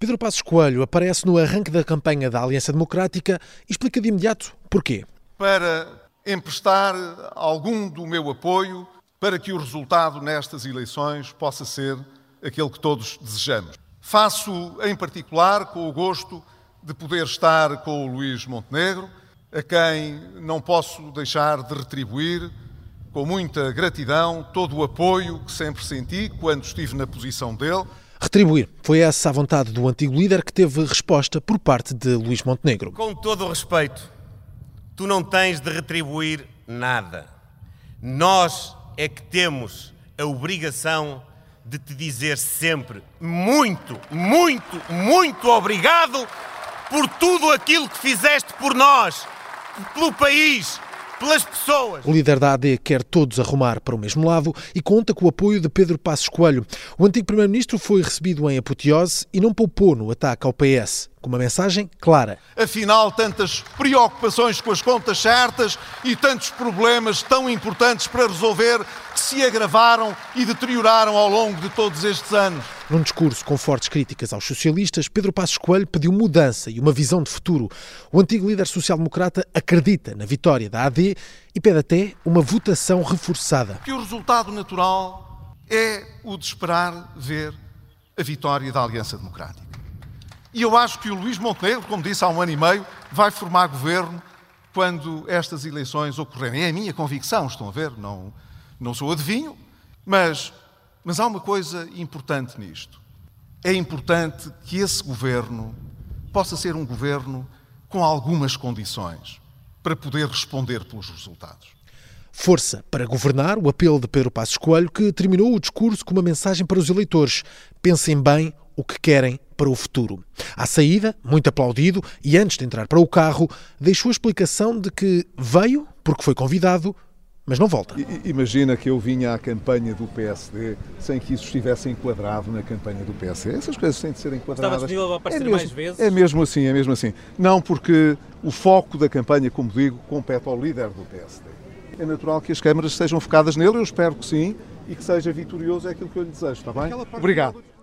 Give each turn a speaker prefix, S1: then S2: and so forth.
S1: Pedro Passos Coelho aparece no arranque da campanha da Aliança Democrática e explica de imediato porquê.
S2: Para emprestar algum do meu apoio para que o resultado nestas eleições possa ser aquele que todos desejamos. Faço em particular com o gosto de poder estar com o Luís Montenegro, a quem não posso deixar de retribuir com muita gratidão todo o apoio que sempre senti quando estive na posição dele.
S1: Retribuir. Foi essa a vontade do antigo líder que teve resposta por parte de Luís Montenegro.
S3: Com todo o respeito, tu não tens de retribuir nada. Nós é que temos a obrigação de te dizer sempre muito, muito, muito obrigado por tudo aquilo que fizeste por nós, pelo país, pelas pessoas.
S1: O líder da AD quer todos arrumar para o mesmo lado e conta com o apoio de Pedro Passos Coelho. O antigo primeiro-ministro foi recebido em apoteose e não poupou no ataque ao PS, com uma mensagem clara.
S2: Afinal, tantas preocupações com as contas certas e tantos problemas tão importantes para resolver que se agravaram e deterioraram ao longo de todos estes anos.
S1: Num discurso com fortes críticas aos socialistas, Pedro Passos Coelho pediu mudança e uma visão de futuro. O antigo líder social-democrata acredita na vitória da AD e pede até uma votação reforçada.
S2: Que o resultado natural é o de esperar ver a vitória da Aliança Democrática. E eu acho que o Luís Montenegro, como disse há 1 ano e meio, vai formar governo quando estas eleições ocorrerem. É a minha convicção, estão a ver, não sou adivinho, mas há uma coisa importante nisto. É importante que esse governo possa ser um governo com algumas condições para poder responder pelos resultados.
S1: Força para governar, o apelo de Pedro Passos Coelho, que terminou o discurso com uma mensagem para os eleitores. Pensem bem o que querem para o futuro. À saída, muito aplaudido, e antes de entrar para o carro, deixou a explicação de que veio porque foi convidado, mas não volta.
S4: Imagina que eu vinha à campanha do PSD sem que isso estivesse enquadrado na campanha do PSD. Essas coisas têm de ser enquadradas.
S5: Estava disponível a aparecer mais vezes?
S4: É mesmo assim. Não, porque o foco da campanha, como digo, compete ao líder do PSD. É natural que as câmaras estejam focadas nele, eu espero que sim, e que seja vitorioso, é aquilo que eu lhe desejo, está bem? Obrigado.